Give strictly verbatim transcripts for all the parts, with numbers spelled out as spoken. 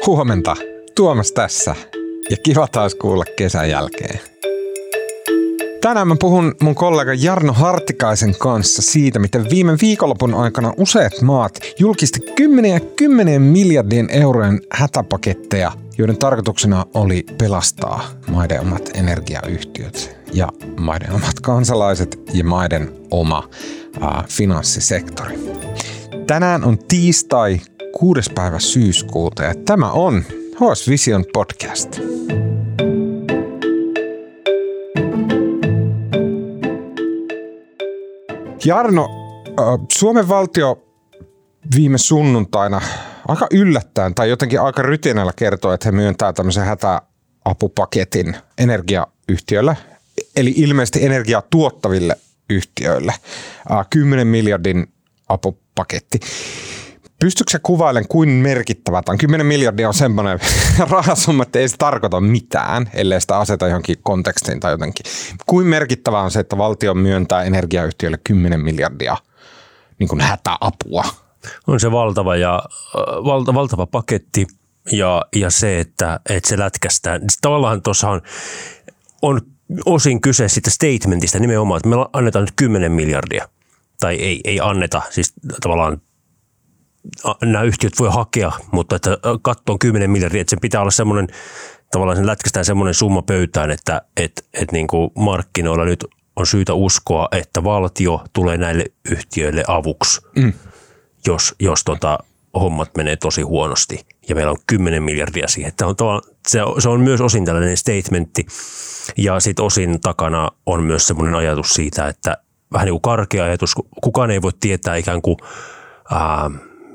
Huomenta, Tuomas tässä ja kiva taas kuulla kesän jälkeen. Tänään mä puhun mun kollega Jarno Hartikaisen kanssa siitä, miten viime viikonlopun aikana useat maat julkisti kymmenien ja kymmenien miljardien eurojen hätäpaketteja, joiden tarkoituksena oli pelastaa maiden omat energiayhtiöt ja maiden omat kansalaiset ja maiden oma äh, finanssisektori. Tänään on tiistai kuudes päivä syyskuuta ja tämä on H S Vision podcast. Jarno, Suomen valtio viime sunnuntaina aika yllättäen tai jotenkin aika rytinällä kertoo, että he myöntää tämmöisen hätäapupaketin energiayhtiöille, eli ilmeisesti energiaa tuottaville yhtiöille. kymmenen miljardin apupaketti. Pystytkö sä kuvailemaan, kuin merkittävä tämä on? kymmenen miljardia on semmoinen rahasumma, että ei se tarkoita mitään, ellei sitä aseta johonkin kontekstiin tai jotenkin. Kuin merkittävä on se, että valtio myöntää energiayhtiöille kymmenen miljardia niin kuin hätäapua? On se valtava, ja, valta, valtava paketti ja, ja se, että, että se lätkästään. Tavallaan tuossa on, on osin kyse siitä statementista nimenomaan, että me annetaan nyt kymmenen miljardia. Tai ei, ei anneta, siis tavallaan nämä yhtiöt voi hakea, mutta että katto on kymmenen miljardia, että sen pitää olla semmoinen, tavallaan sen lätkästään semmoinen summa pöytään, että et, et niin kuin markkinoilla nyt on syytä uskoa, että valtio tulee näille yhtiöille avuksi, mm. jos, jos tota, hommat menee tosi huonosti ja meillä on kymmenen miljardia siihen. Tämä on, se, on, se on myös osin tällainen statementti ja sitten osin takana on myös semmoinen ajatus siitä, että vähän niin kuin karkea ajatus, kukaan ei voi tietää ikään kuin ää,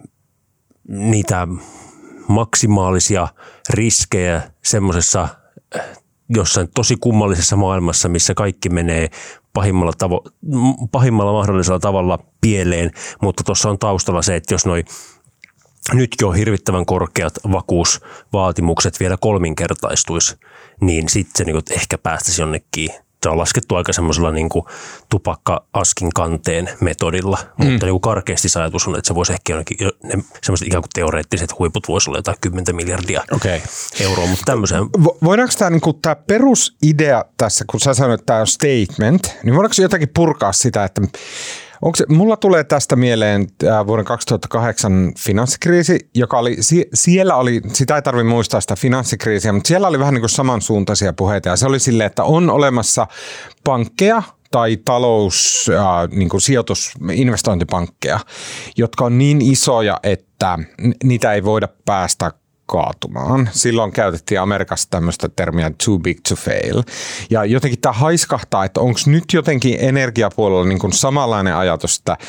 niitä maksimaalisia riskejä semmoisessa jossain tosi kummallisessa maailmassa, missä kaikki menee pahimmalla, tavo- pahimmalla mahdollisella tavalla pieleen, mutta tuossa on taustalla se, että jos noi nyt jo hirvittävän korkeat vakuusvaatimukset vielä kolminkertaistuisi, niin sitten se niin ehkä päästäisi jonnekin. Se on laskettu aika semmoisella niin kuin tupakka-askin kanteen metodilla, mm. mutta niin kuin karkeasti se ajatus on, että se voisi ehkä jonnekin, ne semmoiset ikään kuin teoreettiset huiput voisi olla jotain kymmentä miljardia okay. euroa, mutta tämmöiseen. Voidaanko tämä, niin kuin, tämä perusidea tässä, kun sä sanoit, että tämä on statement, niin voidaanko jotakin purkaa sitä, että onko se, mulla tulee tästä mieleen vuoden kaksituhattakahdeksan finanssikriisi, joka oli, siellä oli, sitä ei tarvitse muistaa sitä finanssikriisiä, mutta siellä oli vähän niin kuin samansuuntaisia puheita ja se oli silleen, että on olemassa pankkeja tai talous, äh, niin kuin sijoitus, investointipankkeja, jotka on niin isoja, että niitä ei voida päästä kaatumaan. Silloin käytettiin Amerikassa tämmöistä termiä too big to fail. Ja jotenkin tämä haiskahtaa, että onko nyt jotenkin energiapuolella niin kuin samanlainen ajatus, että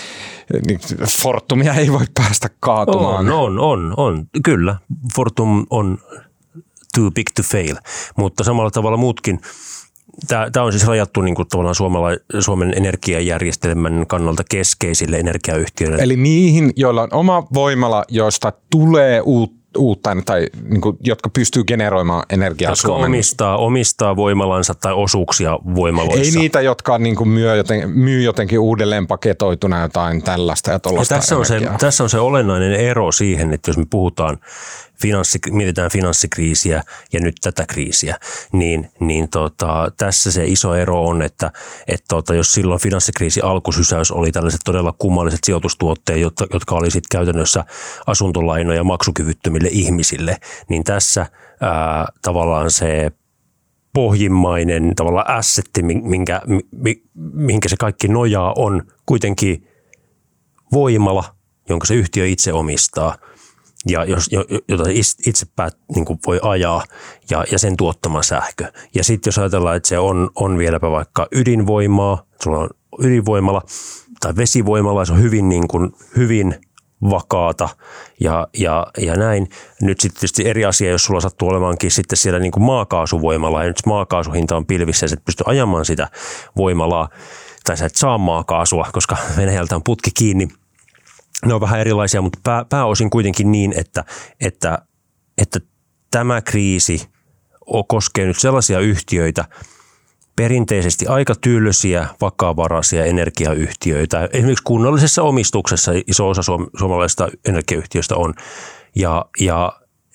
Fortumia ei voi päästä kaatumaan. On, on, on, on. Kyllä. Fortum on too big to fail, mutta samalla tavalla muutkin. Tämä on siis rajattu niin kuin tavallaan Suomen energiajärjestelmän kannalta keskeisille energiayhtiöille. Eli niihin, joilla on oma voimala, josta tulee uutta uutta tai niin kuin, jotka pystyy generoimaan energiaa jotka Suomen. Omistaa, omistaa voimalansa tai osuuksia voimaloissa. Ei niitä, jotka niin kuin myy, joten, myy jotenkin uudelleen paketoituna jotain tällaista ja tuollaista tässä on, se, tässä on se olennainen ero siihen, että jos me puhutaan, finanssi, mietitään finanssikriisiä ja nyt tätä kriisiä, niin, niin tota, tässä se iso ero on, että et tota, jos silloin finanssikriisi alkusysäys oli tällaiset todella kummalliset sijoitustuotteet, jotka, jotka oli sitten käytännössä asuntolainoja maksukyvyttömille ihmisille, niin tässä ää, tavallaan se pohjimmainen tavallaan assetti, minkä, minkä se kaikki nojaa, on kuitenkin voimala, jonka se yhtiö itse omistaa. Ja jos, jota itse päät, niin kuin voi ajaa ja, ja sen tuottama sähkö. Ja sitten jos ajatellaan, että se on, on vieläpä vaikka ydinvoimaa, sulla on ydinvoimala tai vesivoimala, se on hyvin, niin kuin, hyvin vakaata ja, ja, ja näin. Nyt sitten tietysti eri asia, jos sulla sattuu olemaankin sitten siellä niin kuin maakaasuvoimala ja nyt maakaasuhinta on pilvissä ja sä et pysty ajamaan sitä voimalaa tai sä et saa maakaasua, koska Venäjältä on putki kiinni. Ne on vähän erilaisia, mutta pää, pääosin kuitenkin niin, että, että, että tämä kriisi koskee nyt sellaisia yhtiöitä, perinteisesti aika tylsiä, vakavaraisia energiayhtiöitä. Esimerkiksi kunnallisessa omistuksessa iso osa suomalaisista energiayhtiöistä on. Ja, ja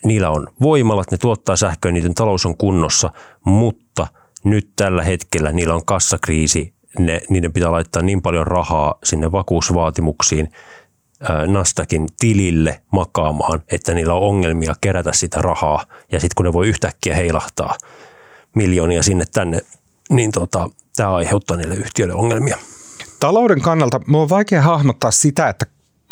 niillä on voimalat, ne tuottaa sähköä, niiden talous on kunnossa, mutta nyt tällä hetkellä niillä on kassakriisi, ne, niiden pitää laittaa niin paljon rahaa sinne vakuusvaatimuksiin ää, Nasdaqin tilille makaamaan, että niillä on ongelmia kerätä sitä rahaa ja sitten kun ne voi yhtäkkiä heilahtaa miljoonia sinne tänne, niin tota, tämä aiheuttaa niille yhtiöille ongelmia. Talouden kannalta minun on vaikea hahmottaa sitä, että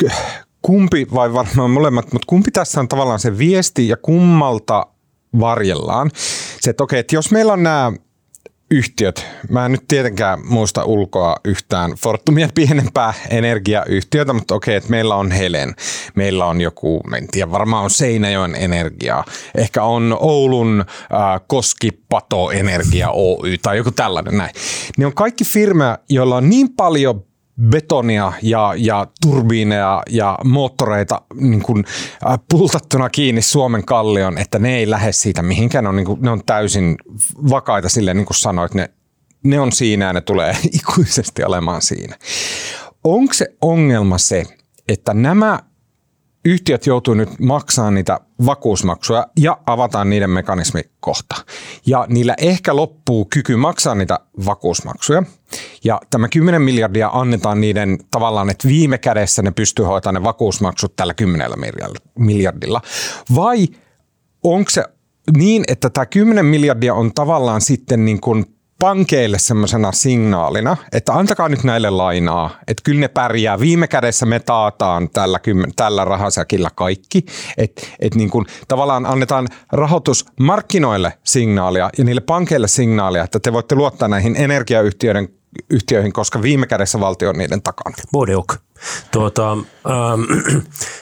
kumpi, vai varmaan molemmat, mutta kumpi tässä on tavallaan se viesti ja kummalta varjellaan. Se, että okei, että jos meillä on nämä yhtiöt, mä en nyt tietenkään muista ulkoa yhtään Fortumia pienempää energiayhtiötä, mutta okei, että meillä on Helen, meillä on joku, en tiedä, varmaan on Seinäjoen Energiaa, ehkä on Oulun äh, Koskipato Energia Oy tai joku tällainen näin. Ne on kaikki firmoja, joilla on niin paljon betonia ja, ja turbiineja ja moottoreita niin kuin, äh, pultattuna kiinni Suomen kallion, että ne ei lähde siitä mihinkään. Ne on, niin kuin, ne on täysin vakaita silleen, niin kuin sanoit, ne, ne on siinä ja ne tulee ikuisesti olemaan siinä. Onko se ongelma se, että nämä yhtiöt joutuu nyt maksamaan niitä vakuusmaksuja ja avataan niiden mekanismi kohta. Ja niillä ehkä loppuu kyky maksaa niitä vakuusmaksuja. Ja tämä kymmenen miljardia annetaan niiden tavallaan, että viime kädessä ne pystyy hoitamaan ne vakuusmaksut tällä kymmenellä miljardilla. Vai onko se niin, että tämä kymmenen miljardia on tavallaan sitten niin kuin pankeille semmoisena signaalina, että antakaa nyt näille lainaa, että kyllä ne pärjää. Viime kädessä me taataan tällä, tällä rahasäkillä kaikki, että et niin kuin tavallaan annetaan rahoitusmarkkinoille signaalia ja niille pankeille signaalia, että te voitte luottaa näihin energiayhtiöiden yhtiöihin, koska viime kädessä valtio on niiden takana. Bodeok. Tuota, ähm,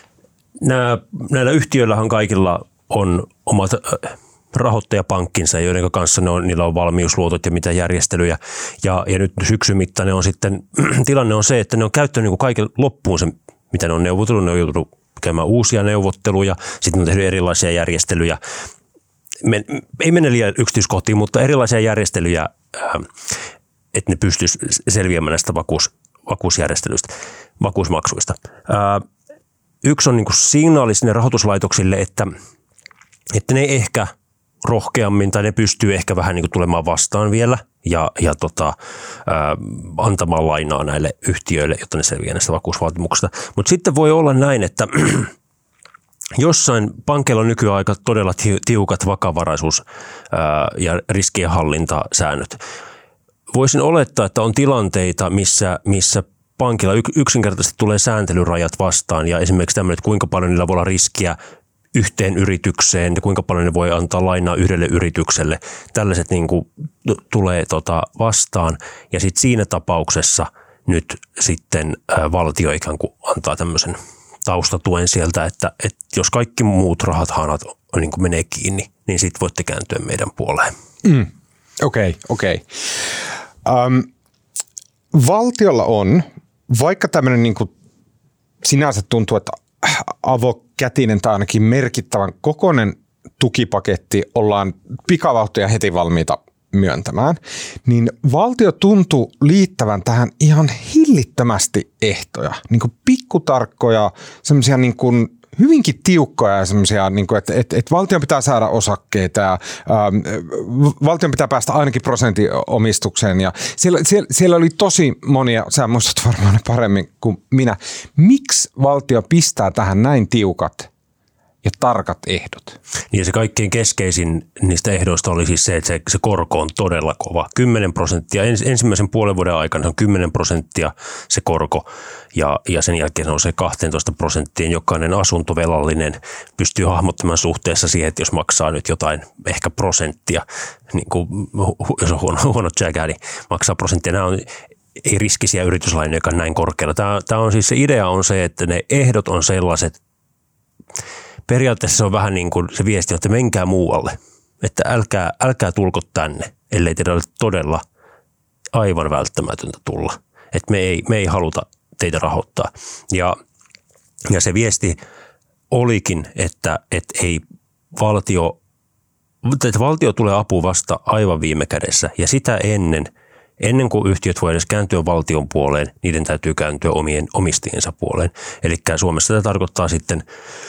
nää, näillä yhtiöillähän kaikilla on omat äh, rahoittajapankkinsa, joiden kanssa ne on, niillä on valmiusluotot ja mitä järjestelyjä. Ja, ja nyt syksyn mittainen on sitten, tilanne on se, että ne on käyttänyt niin kuin kaiken loppuun sen, mitä ne on neuvotellut. Ne on joutunut käymään uusia neuvotteluja, sitten ne on tehnyt erilaisia järjestelyjä. Men, ei mennä liian yksityiskohtiin, mutta erilaisia järjestelyjä, äh, että ne pystyisivät selviämään näistä vakuus, vakuusjärjestelyistä, vakuusmaksuista. Äh, yksi on niin kuin signaali sinne rahoituslaitoksille, että, että ne ehkä rohkeammin tai ne pystyy ehkä vähän niin kuin tulemaan vastaan vielä ja, ja tota, ää, antamaan lainaa näille yhtiöille, jotta ne selviää näistä vakuusvaatimuksista. Mutta sitten voi olla näin, että jossain pankeilla on nykyään aika todella tiukat vakavaraisuus- ää, ja riskienhallintasäännöt. Voisin olettaa, että on tilanteita, missä, missä pankilla yksinkertaisesti tulee sääntelyrajat vastaan ja esimerkiksi tämmöinen, että kuinka paljon niillä voi olla riskiä yhteen yritykseen ja kuinka paljon ne voi antaa lainaa yhdelle yritykselle. Tällaiset niin kuin tulee tota vastaan ja sitten siinä tapauksessa nyt sitten ää, valtio ikään kuin antaa tämmöisen taustatuen sieltä, että, että jos kaikki muut rahat hanat niin kuin menee kiinni, niin sitten voitte kääntyä meidän puoleen. Mm. Okei, okay, okei. Okay. Um, valtiolla on, vaikka tämmöinen niin kuin sinänsä tuntuu, että avokätinen tai ainakin merkittävän kokoinen tukipaketti ollaan pikavauhtia heti valmiita myöntämään, niin valtio tuntuu liittävän tähän ihan hillittömästi ehtoja, niin kuin pikkutarkkoja, semmoisia niin kuin hyvinkin tiukkoja ja semmoisia, niin kuin, että, että, että valtion pitää saada osakkeita ja ähm, valtion pitää päästä ainakin prosentin omistukseen. Ja siellä, siellä, siellä oli tosi monia, sä muistat varmaan ne paremmin kuin minä. Miksi valtio pistää tähän näin tiukat ja tarkat ehdot? Niin se kaikkein keskeisin niistä ehdoista oli siis se, että se, se korko on todella kova. kymmenen prosenttia, ens, ensimmäisen puolen vuoden aikana on kymmenen prosenttia se korko ja, ja sen jälkeen se on se kaksitoista prosenttia. Jokainen asuntovelallinen pystyy hahmottamaan suhteessa siihen, että jos maksaa nyt jotain ehkä prosenttia, niin kuin, jos on huono, huono jägä, niin maksaa prosenttia. Nämä on ei riskisiä yrityslainoja, joka on näin korkealla. Tämä, tämä on siis se idea on se, että ne ehdot on sellaiset, periaatteessa se on vähän niin kuin se viesti, että menkää muualle, että älkää, älkää tulko tänne, ellei teidän ole todella aivan välttämätöntä tulla. Että me ei, me ei haluta teitä rahoittaa. Ja, ja se viesti olikin, että, että ei valtio, että valtio tulee apuun vasta aivan viime kädessä ja sitä ennen, ennen kuin yhtiöt voi edes kääntyä valtion puoleen, niiden täytyy kääntyä omien omistajiensa puoleen. Eli Suomessa tämä tarkoittaa sitten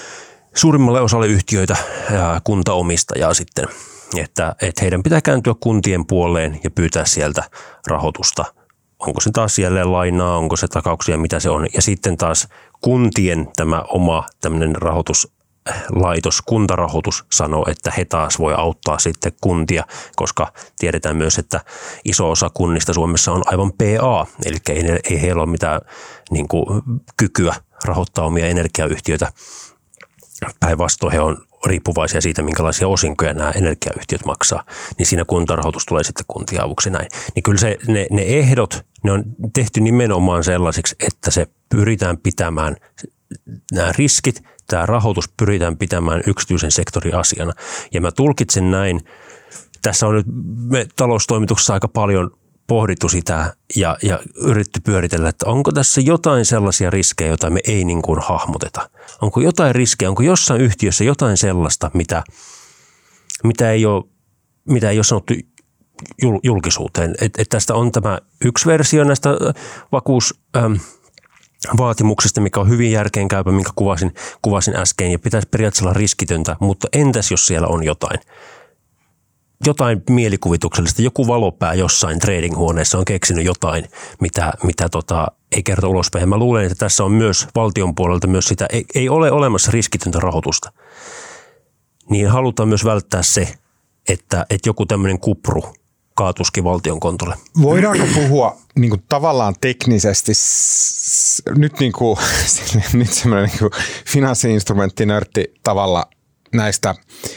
suurimmalle osalle yhtiöitä ja kuntaomistajaa sitten, että, että heidän pitää kääntyä kuntien puoleen ja pyytää sieltä rahoitusta. Onko se taas jälleen lainaa, onko se takauksia, mitä se on. Ja sitten taas kuntien tämä oma tämmöinen rahoituslaitos, kuntarahoitus sanoo, että he taas voi auttaa sitten kuntia, koska tiedetään myös, että iso osa kunnista Suomessa on aivan P A, eli ei, ei heillä ole mitään niin kuin, kykyä rahoittaa omia energiayhtiöitä. Päinvastoin he on riippuvaisia siitä, minkälaisia osinkoja nämä energiayhtiöt maksaa, niin siinä kuntarahoitus tulee sitten kuntien avuksi näin. Niin kyllä se, ne, ne ehdot, ne on tehty nimenomaan sellaisiksi, että se pyritään pitämään, nämä riskit, tämä rahoitus pyritään pitämään yksityisen sektorin asiana. Ja mä tulkitsen näin, tässä on nyt me taloustoimituksessa aika paljon pohdittu sitä ja, ja yritetty pyöritellä, että onko tässä jotain sellaisia riskejä, joita me ei niin kuin hahmoteta. Onko jotain riskejä, onko jossain yhtiössä jotain sellaista, mitä, mitä, ei, ole, mitä ei ole sanottu julkisuuteen. Et, et tästä on tämä yksi versio näistä vakuusvaatimuksista, mikä on hyvin järkeenkäypä, minkä kuvasin, kuvasin äsken, ja pitäisi periaatteessa olla riskitöntä, mutta entäs jos siellä on jotain? Jotain mielikuvituksellista, joku valopää jossain trading-huoneessa on keksinyt jotain, mitä, mitä tota, ei kerta ulospäin. Mä luulen, että tässä on myös valtion puolelta myös sitä, ei, ei ole olemassa riskitöntä rahoitusta. Niin halutaan myös välttää se, että, että joku tämmöinen kupru kaatuski valtion kontolle. Voidaanko puhua niin kuin tavallaan teknisesti, nyt, niin kuin, nyt semmoinen niin kuin finanssi-instrumenttinörtti tavalla näistä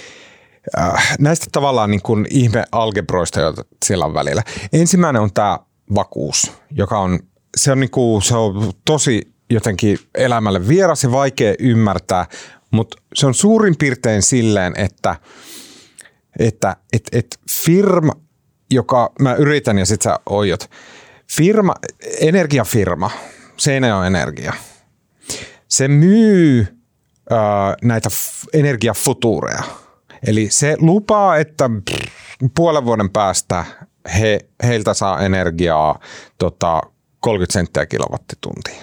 Näistä tavallaan niin kuin ihme-algebroista, joita siellä on välillä. Ensimmäinen on tämä vakuus, joka on, se on, niin kuin, se on tosi jotenkin elämälle vieras ja vaikea ymmärtää, mutta se on suurin piirtein silleen, että, että et, et firma, joka, mä yritän ja sit sä oiot, firma, energiafirma, Seinäjoen Energia, se myy ää, näitä f- energiafutuureja. Eli se lupaa, että puolen vuoden päästä he, heiltä saa energiaa tota, kolmekymmentä senttiä kilowattituntia.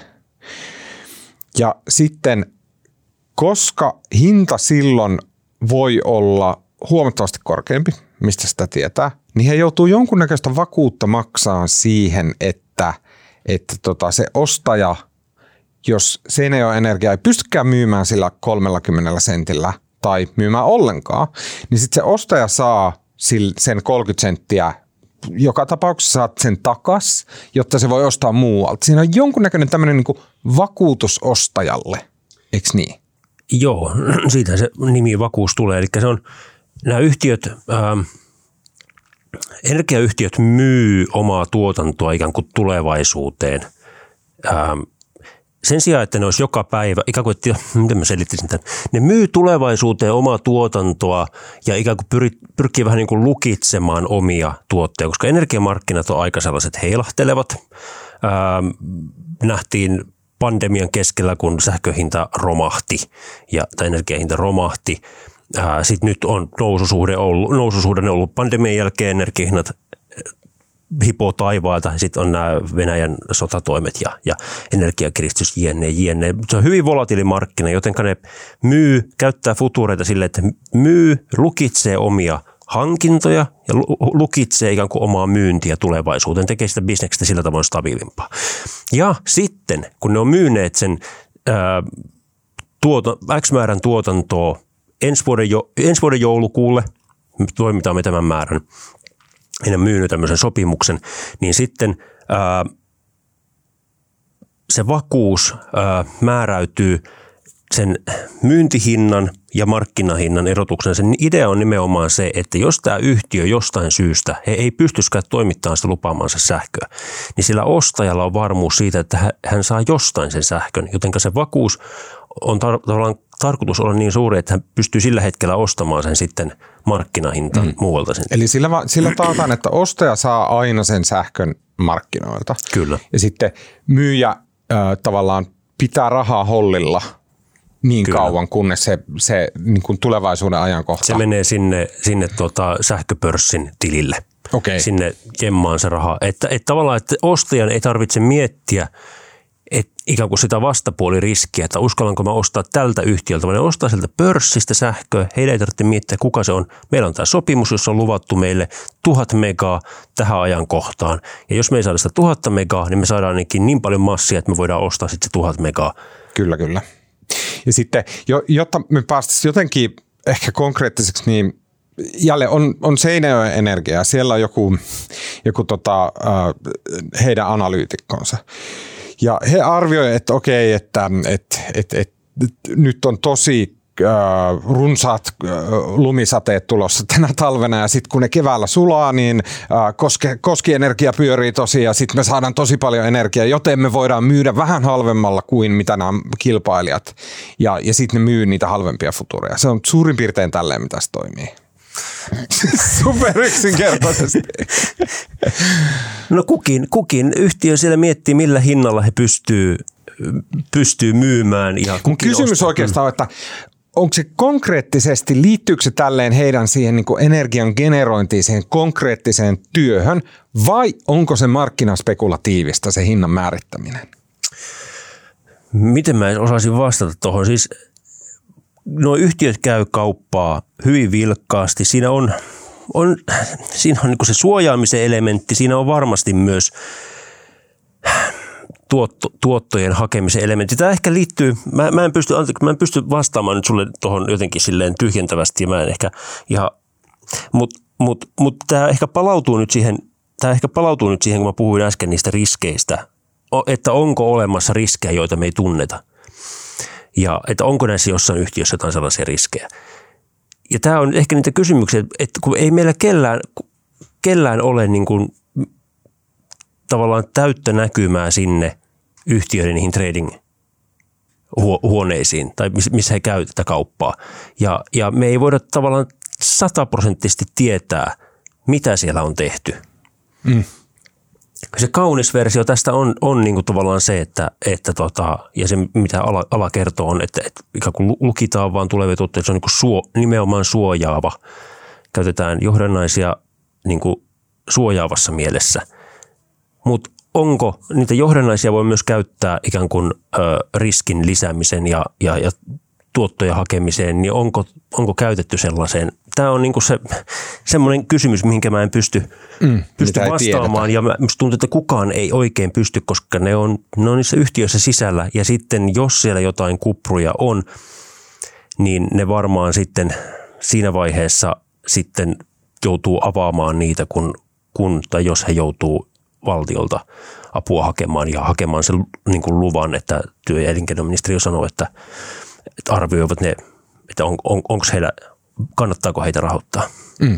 Ja sitten, koska hinta silloin voi olla huomattavasti korkeampi, mistä sitä tietää, niin he joutuu jonkunnäköistä vakuutta maksaa siihen, että, että tota, se ostaja, jos Seinäjoen Energia ei pystykään myymään sillä kolmekymmentä sentillä, tai myymään ollenkaan, niin sitten se ostaja saa sen kolmekymmentä senttiä, joka tapauksessa saat sen takas, jotta se voi ostaa muualta. Siinä on jonkunnäköinen tämmöinen niin kuin vakuutus ostajalle, eikö niin? Joo, siitä se nimi vakuus tulee. Eli se on, nämä yhtiöt, ähm, energiayhtiöt myy omaa tuotantoa ikään kuin tulevaisuuteen. Ähm, Sen sijaan, että ne olisi joka päivä, ikään kuin, että, miten mä selittisin tämän, ne myy tulevaisuuteen omaa tuotantoa ja ikään kuin pyr, pyrkii vähän niin kuin lukitsemaan omia tuotteita, koska energiamarkkinat on aika sellaiset heilahtelevat. Ää, nähtiin pandemian keskellä, kun sähköhinta romahti ja tai energiahinta romahti. Sitten nyt on noususuhde ollut, noususuhde ollut pandemian jälkeen, energiahinnat hipoo taivaalta, sitten on nämä Venäjän sotatoimet ja, ja energiakiristys jne, jne. Se on hyvin volatiili markkina, joten ne myy, käyttää futuureita sille, että myy, lukitsee omia hankintoja ja lukitsee ikään kuin omaa myyntiä tulevaisuuteen, tekee sitä bisneksestä sillä tavoin stabiilimpaa. Ja sitten, kun ne on myyneet sen ää, tuoto, X määrän tuotantoa ensi vuoden, jo, ensi vuoden joulukuulle, toimitaan me tämän määrän, en myynyt tämmöisen sopimuksen, niin sitten ää, se vakuus ää, määräytyy sen myyntihinnan ja markkinahinnan erotuksen. Sen idea on nimenomaan se, että jos tämä yhtiö jostain syystä, he ei pystyskään toimittamaan sitä lupaamansa sähköä, niin sillä ostajalla on varmuus siitä, että hän saa jostain sen sähkön, joten se vakuus on tar- tavallaan tarkoitus olla niin suuri, että hän pystyy sillä hetkellä ostamaan sen sitten markkinahintaan mm. muualta. Sen. Eli sillä, sillä taataan, että ostaja saa aina sen sähkön markkinoilta. Kyllä. Ja sitten myyjä äh, tavallaan pitää rahaa hollilla niin Kyllä. kauan, kunnes se, se niin kuin tulevaisuuden ajankohta. Se menee sinne, sinne tota sähköpörssin tilille. Okay. Sinne jemmaan se raha. Että, että tavallaan, että ostajan ei tarvitse miettiä, et ikään kuin sitä vastapuoliriskiä, että uskallanko mä ostaa tältä yhtiöltä, vaan ne ostaa sieltä pörssistä sähköä, heidän ei tarvitse miettiä, kuka se on. Meillä on tämä sopimus, jossa on luvattu meille tuhat megaa tähän ajankohtaan, ja jos me ei saada sitä tuhatta megaa, niin me saadaan ainakin niin paljon massia, että me voidaan ostaa sitten se tuhat megaa. Kyllä, kyllä. Ja sitten, jotta me päästäisiin jotenkin ehkä konkreettiseksi, niin jälleen on, on Seinäjoen Energia. Siellä on joku, joku tota, heidän analyytikkonsa. Ja he arvioivat, että okei, että, että, että, että nyt on tosi äh, runsaat äh, lumisateet tulossa tänä talvena ja sitten kun ne keväällä sulaa, niin äh, koske, koskienergia pyörii tosi ja sitten me saadaan tosi paljon energiaa, joten me voidaan myydä vähän halvemmalla kuin mitä nämä kilpailijat ja, ja sitten ne myy niitä halvempia futureja. Se on suurin piirtein tälleen, mitä se toimii. Super yksinkertaisesti. No kukin, kukin yhtiö siellä miettii, millä hinnalla he pystyy, pystyy myymään. Ja mun kysymys ostaa. Oikeastaan on, että onko se konkreettisesti, liittyykö se tälleen heidän siihen niin kuin energian generointiin, siihen konkreettiseen työhön, vai onko se markkinaspekulatiivista se hinnan määrittäminen? Miten mä osaisin vastata tuohon? Siis nuo yhtiöt käy kauppaa hyvin vilkkaasti. Siinä on, on, siinä on niin kuin se suojaamisen elementti. Siinä on varmasti myös tuotto, tuottojen hakemisen elementti. Tämä ehkä liittyy, mä, mä, en pysty, mä en pysty vastaamaan nyt sulle tuohon jotenkin silleen tyhjentävästi. Mä en ehkä ihan, mutta mut, mut tämä ehkä palautuu nyt siihen, tämä ehkä palautuu nyt siihen, kun mä puhuin äsken niistä riskeistä. Että onko olemassa riskejä, joita me ei tunneta. Ja että onko näissä jossain yhtiössä jotain sellaisia riskejä. Ja tämä on ehkä niitä kysymyksiä, että kun ei meillä kellään, kellään ole niin kuin tavallaan täyttä näkymää sinne yhtiöiden niihin trading-huoneisiin tai missä he käyvät tätä kauppaa. Ja, ja me ei voida tavallaan sataprosenttisesti tietää, mitä siellä on tehty. Mm. Se kaunis versio tästä on, on niin kuin tavallaan se, että, että tota, ja se mitä ala, ala kertoo on, että, että ikään kuin lukitaan vaan tulevia tuotteita, se on niin kuin suo, nimenomaan suojaava. Käytetään johdannaisia niin kuin suojaavassa mielessä. Mutta onko, niitä johdannaisia voi myös käyttää ikään kuin ö, riskin lisäämisen ja, ja, ja tuottoja hakemiseen, niin onko, onko käytetty sellaiseen? Tämä on niinku se, semmoinen kysymys, mihinkä mä en pysty, mm, pysty vastaamaan. Ja musta tuntuu, että kukaan ei oikein pysty, koska ne on, ne on niissä yhtiöissä sisällä. Ja sitten jos siellä jotain kupruja on, niin ne varmaan sitten siinä vaiheessa sitten joutuu avaamaan niitä, kun, kun tai jos he joutuu valtiolta apua hakemaan ja hakemaan sen niin kuin luvan, että työ- ja elinkeinoministeriö sanoo, että, että arvioivat ne, että on, on, onko heillä, kannattaako heitä rahoittaa. Mm.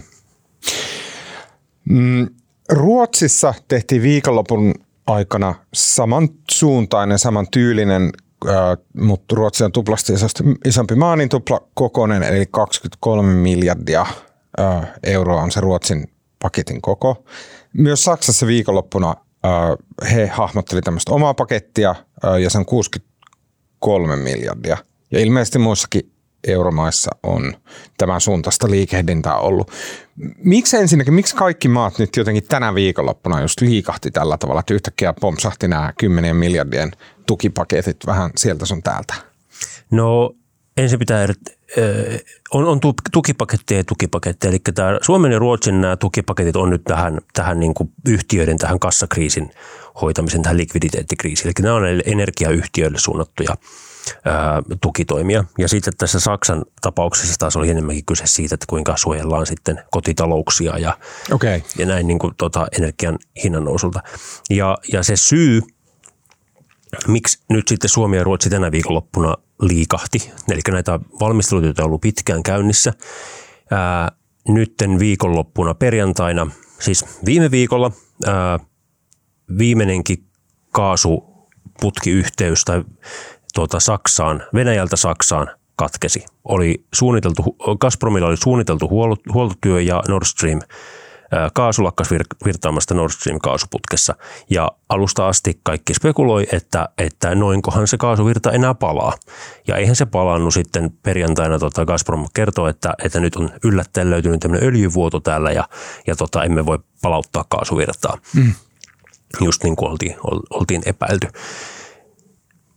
Mm, Ruotsissa tehtiin viikonlopun aikana samansuuntainen, samantyylinen, äh, mutta Ruotsi on tuplasti isompi maa, niin tupla kokoinen, eli kaksikymmentäkolme miljardia äh, euroa on se Ruotsin paketin koko. Myös Saksassa viikonloppuna äh, he hahmotteli tämmöistä omaa pakettia äh, ja se on kuusikymmentäkolme miljardia. Ja ilmeisesti muissakin euromaissa on tämän suuntaista liikehdintää ollut. Miksi ensinnäkin, miksi kaikki maat nyt jotenkin tänä viikonloppuna just liikahti tällä tavalla, että yhtäkkiä pompsahti nämä kymmenien miljardien tukipaketit vähän sieltä sun täältä? No ensin pitää, on, on tukipaketteja ja tukipaketteja, eli tämä Suomen ja Ruotsin nämä tukipaketit on nyt tähän, tähän niin kuin yhtiöiden tähän kassakriisin hoitamisen, tähän likviditeettikriisiin, eli nämä on energiayhtiöille suunnattuja ää, tukitoimia. Ja sitten tässä Saksan tapauksessa taas oli enemmänkin kyse siitä, että kuinka suojellaan sitten kotitalouksia ja, okay. ja näin niin kuin, tota, energian hinnan nousulta. Ja, ja se syy, miksi nyt sitten Suomi ja Ruotsi tänä viikonloppuna liikahti, eli näitä valmistelutyötä on ollut pitkään käynnissä. Ää, nytten viikonloppuna perjantaina, siis viime viikolla ää, viimeinenkin kaasuputkiyhteys tai tuota Saksaan, Venäjältä Saksaan katkesi. Oli suunniteltu, Gazpromilla oli suunniteltu huoltotyö ja Nord Stream kaasu lakkas virtaamasta Nord Stream kaasuputkessa. Ja alusta asti kaikki spekuloi, että, että noinkohan se kaasuvirta enää palaa. Ja eihän se palannut sitten perjantaina. Tota Gazprom kertoo, että, että nyt on yllättäen löytynyt tämmöinen öljyvuoto täällä ja, ja tota, emme voi palauttaa kaasuvirtaa. Mm. Just niin kuin oltiin, oltiin epäilty.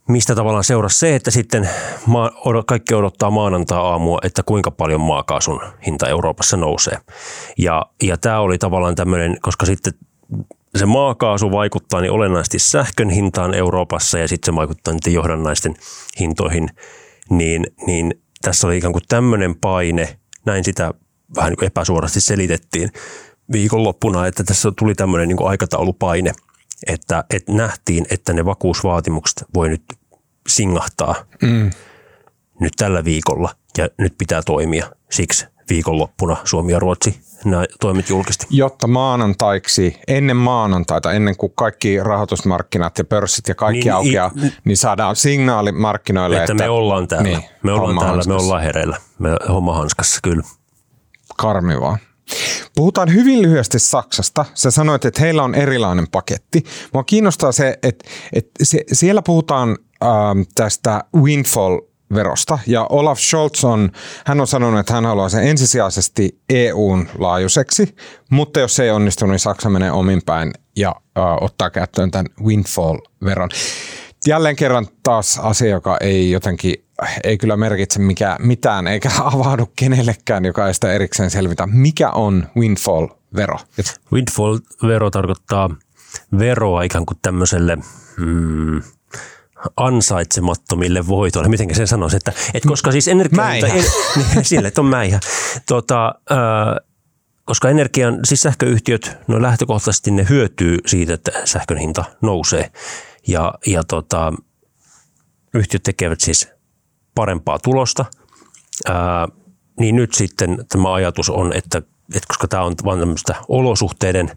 mistä tavallaan seurasi se, että sitten kaikki odottaa maanantai-aamua, että kuinka paljon maakaasun hinta Euroopassa nousee. Ja, ja tämä oli tavallaan tämmöinen, koska sitten se maakaasu vaikuttaa niin olennaisesti sähkön hintaan Euroopassa ja sitten se vaikuttaa niiden johdannaisten hintoihin, niin, niin tässä oli ikään kuin tämmöinen paine, näin sitä vähän niin kuin epäsuorasti selitettiin viikonloppuna, että tässä tuli tämmöinen niin kuin aikataulupaine, että, että nähtiin, että ne vakuusvaatimukset voi nyt singahtaa mm. nyt tällä viikolla ja nyt pitää toimia. Siksi viikonloppuna Suomi ja Ruotsi nämä toimet julkisti. Jotta maanantaiksi, ennen maanantaita, ennen kuin kaikki rahoitusmarkkinat ja pörssit ja kaikki niin, aukeaa, i, niin saadaan signaali markkinoille, että, että me ollaan täällä, niin, me ollaan täällä, hanskassa. Me ollaan hereillä, me homma hanskassa, kyllä. Karmivaa. Puhutaan hyvin lyhyesti Saksasta. Sä sanoit, että heillä on erilainen paketti. Mua kiinnostaa se, että, että se, siellä puhutaan ähm, tästä windfall-verosta. Ja Olaf Scholz on, hän on sanonut, että hän haluaa sen ensisijaisesti E U:n laajuiseksi, mutta jos se ei onnistu, niin Saksa menee omin päin ja äh, ottaa käyttöön tämän windfall-veron. Jälleen kerran taas asia, joka ei jotenkin, ei kyllä merkitse mikä, mitään eikä avaudu kenellekään, joka ei sitä erikseen selvitä. Mikä on windfall-vero? Windfall-vero tarkoittaa veroa ikään kuin tämmöiselle mm, ansaitsemattomille voitoille. Mitenkä sen sanoisi, että, että koska siis energia... Mäihä. En, sille, että on mäihä. Tota, äh, koska energian, siis sähköyhtiöt, no lähtökohtaisesti ne hyötyy siitä, että sähkön hinta nousee. Ja, ja tota, yhtiöt tekevät siis parempaa tulosta, ää, niin nyt sitten tämä ajatus on, että, että koska tämä on vain tämmöistä olosuhteiden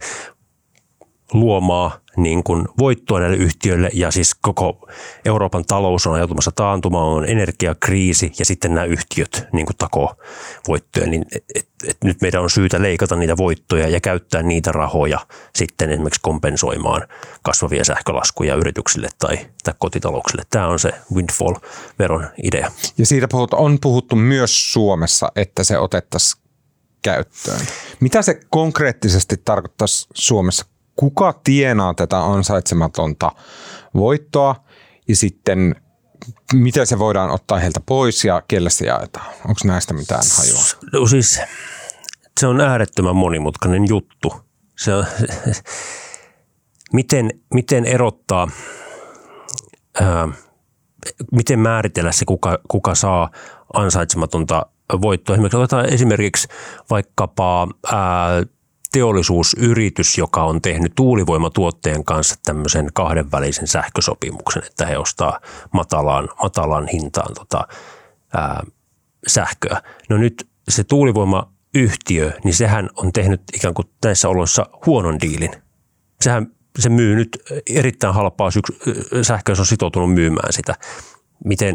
luomaa niin kuin voittoa näille yhtiöille ja siis koko Euroopan talous on ajautumassa taantumaan, on energiakriisi ja sitten nämä yhtiöt niin kuin takoo voittoja, niin et, et, et nyt meidän on syytä leikata niitä voittoja ja käyttää niitä rahoja sitten esimerkiksi kompensoimaan kasvavia sähkölaskuja yrityksille tai, tai kotitalouksille. Tämä on se windfall-veron idea. Ja siitä puhut, on puhuttu myös Suomessa, että se otettaisiin käyttöön. Mitä se konkreettisesti tarkoittaisi Suomessa? Kuka tienaa tätä ansaitsematonta voittoa ja sitten miten se voidaan ottaa heiltä pois ja kelle se jaetaan? Onko näistä mitään hajua? No siis se on äärettömän monimutkainen juttu. Se on, miten, miten erottaa, ää, miten määritellä se, kuka, kuka saa ansaitsematonta voittoa. Esimerkiksi otetaan esimerkiksi vaikkapa ää, teollisuusyritys, joka on tehnyt tuulivoimatuotteen kanssa tämmöisen kahdenvälisen sähkösopimuksen, että he ostaa matalaan, matalaan hintaan tota, ää, sähköä. No nyt se tuulivoimayhtiö, niin sehän on tehnyt ikään kuin näissä oloissa huonon diilin. Sehän se myy nyt erittäin halpaa syks- sähköä, se on sitoutunut myymään sitä. Miten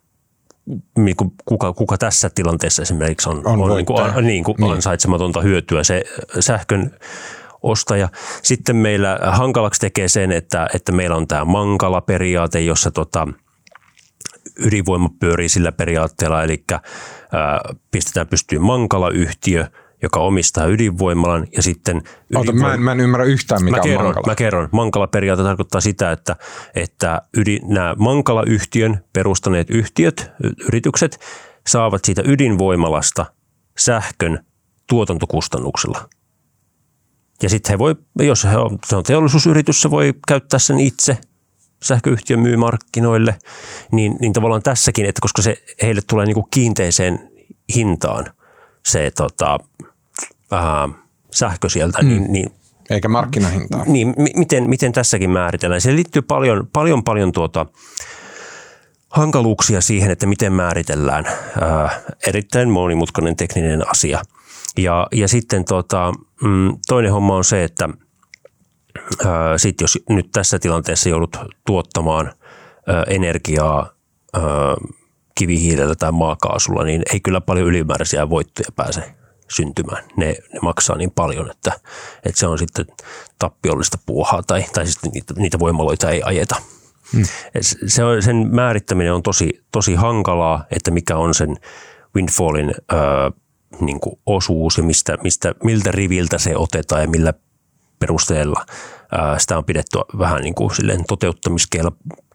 Kuka, kuka tässä tilanteessa esimerkiksi on, on, on niin kuin, niin kuin niin. ansaitsematonta hyötyä se sähkön ostaja. Sitten meillä hankalaksi tekee sen, että, että meillä on tämä Mankala-periaate, jossa tota, ydinvoima pyörii sillä periaatteella, eli ää, pistetään pystyyn Mankala-yhtiö, joka omistaa ydinvoimalan ja sitten... Ota, mä, en, mä en ymmärrä yhtään, mikä mä kerron, on Mankala. Mä kerron. Mankala-periaate tarkoittaa sitä, että, että ydin, nämä Mankala-yhtiön perustaneet yhtiöt, yritykset, saavat siitä ydinvoimalasta sähkön tuotantokustannuksella. Ja sitten he voi, jos he on, se on teollisuusyritys, se voi käyttää sen itse, sähköyhtiö myy markkinoille, niin, niin tavallaan tässäkin, että koska se heille tulee niin kuin kiinteiseen hintaan, se tota, äh, sähkö sieltä, mm. niin, niin eikä markkinahintaa. Niin, m- miten, miten tässäkin määritellään? Siihen liittyy paljon, paljon, paljon tuota, hankaluuksia siihen, että miten määritellään. Äh, erittäin monimutkainen tekninen asia. Ja, ja sitten tota, mm, toinen homma on se, että äh, sit jos nyt tässä tilanteessa joudut tuottamaan äh, energiaa äh, kivihiilellä tai maakaasulla, niin ei kyllä paljon ylimääräisiä voittoja pääse syntymään. Ne, ne maksaa niin paljon, että, että se on sitten tappiollista puuhaa tai, tai sitten niitä, niitä voimaloita ei ajeta. Hmm. Se on, sen määrittäminen on tosi, tosi hankalaa, että mikä on sen windfallin öö, niin kuin osuus ja mistä, mistä, miltä riviltä se otetaan ja millä perusteella. Öö, sitä on pidetty vähän niin kuin silleen toteuttamiskelpoisena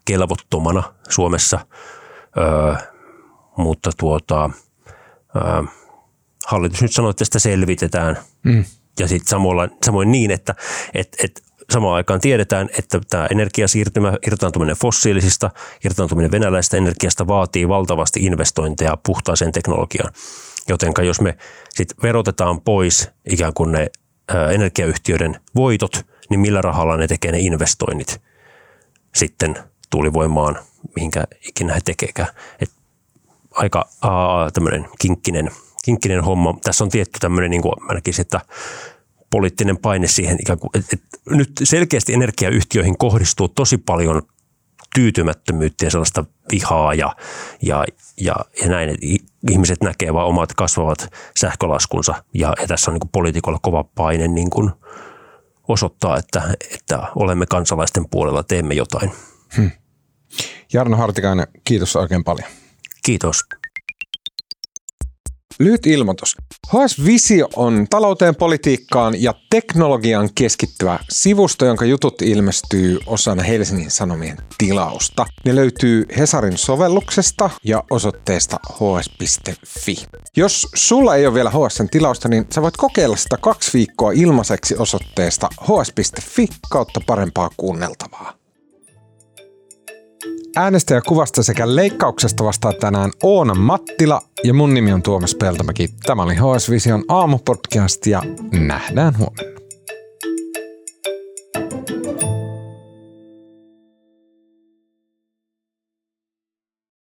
kelvottomana Suomessa, öö, mutta tuota, öö, hallitus nyt sanoo, että sitä selvitetään. Mm. Ja sitten samoin niin, että et, et samaan aikaan tiedetään, että tämä energiasiirtymä, irtaantuminen fossiilisista, irtaantuminen venäläisestä energiasta vaatii valtavasti investointeja puhtaaseen teknologiaan. Jotenka jos me sitten verotetaan pois ikään kuin ne ää, energiayhtiöiden voitot, niin millä rahalla ne tekee ne investoinnit sitten tuulivoimaan, mihinkä ikinä he tekeekään. Et aika aa, tämmöinen kinkkinen, kinkkinen homma. Tässä on tietty tämmöinen, niin kuin mä näkisin, että poliittinen paine siihen ikään kuin, että nyt selkeästi energiayhtiöihin kohdistuu tosi paljon tyytymättömyyttä ja sellaista vihaa ja, ja, ja, ja näin, että ihmiset näkee vaan omat kasvavat sähkölaskunsa ja, ja tässä on niin kuin poliitikolla kova paine niin kuin osoittaa, että, että olemme kansalaisten puolella, teemme jotain. Hmm. Jarno Hartikainen, kiitos oikein paljon. Kiitos. Lyhyt ilmoitus. H S Visio on talouteen, politiikkaan ja teknologiaan keskittyvä sivusto, jonka jutut ilmestyy osana Helsingin Sanomien tilausta. Ne löytyy Hesarin sovelluksesta ja osoitteesta h s piste f i. Jos sulla ei ole vielä H S:n tilausta, niin sä voit kokeilla sitä kaksi viikkoa ilmaiseksi osoitteesta h s piste f i kautta parempaa kuunneltavaa. Äänestäjäkuvasta sekä leikkauksesta vastaa tänään Oona Mattila ja mun nimi on Tuomas Peltomäki. Tämä oli H S Vision aamupodcast ja nähdään huomenna.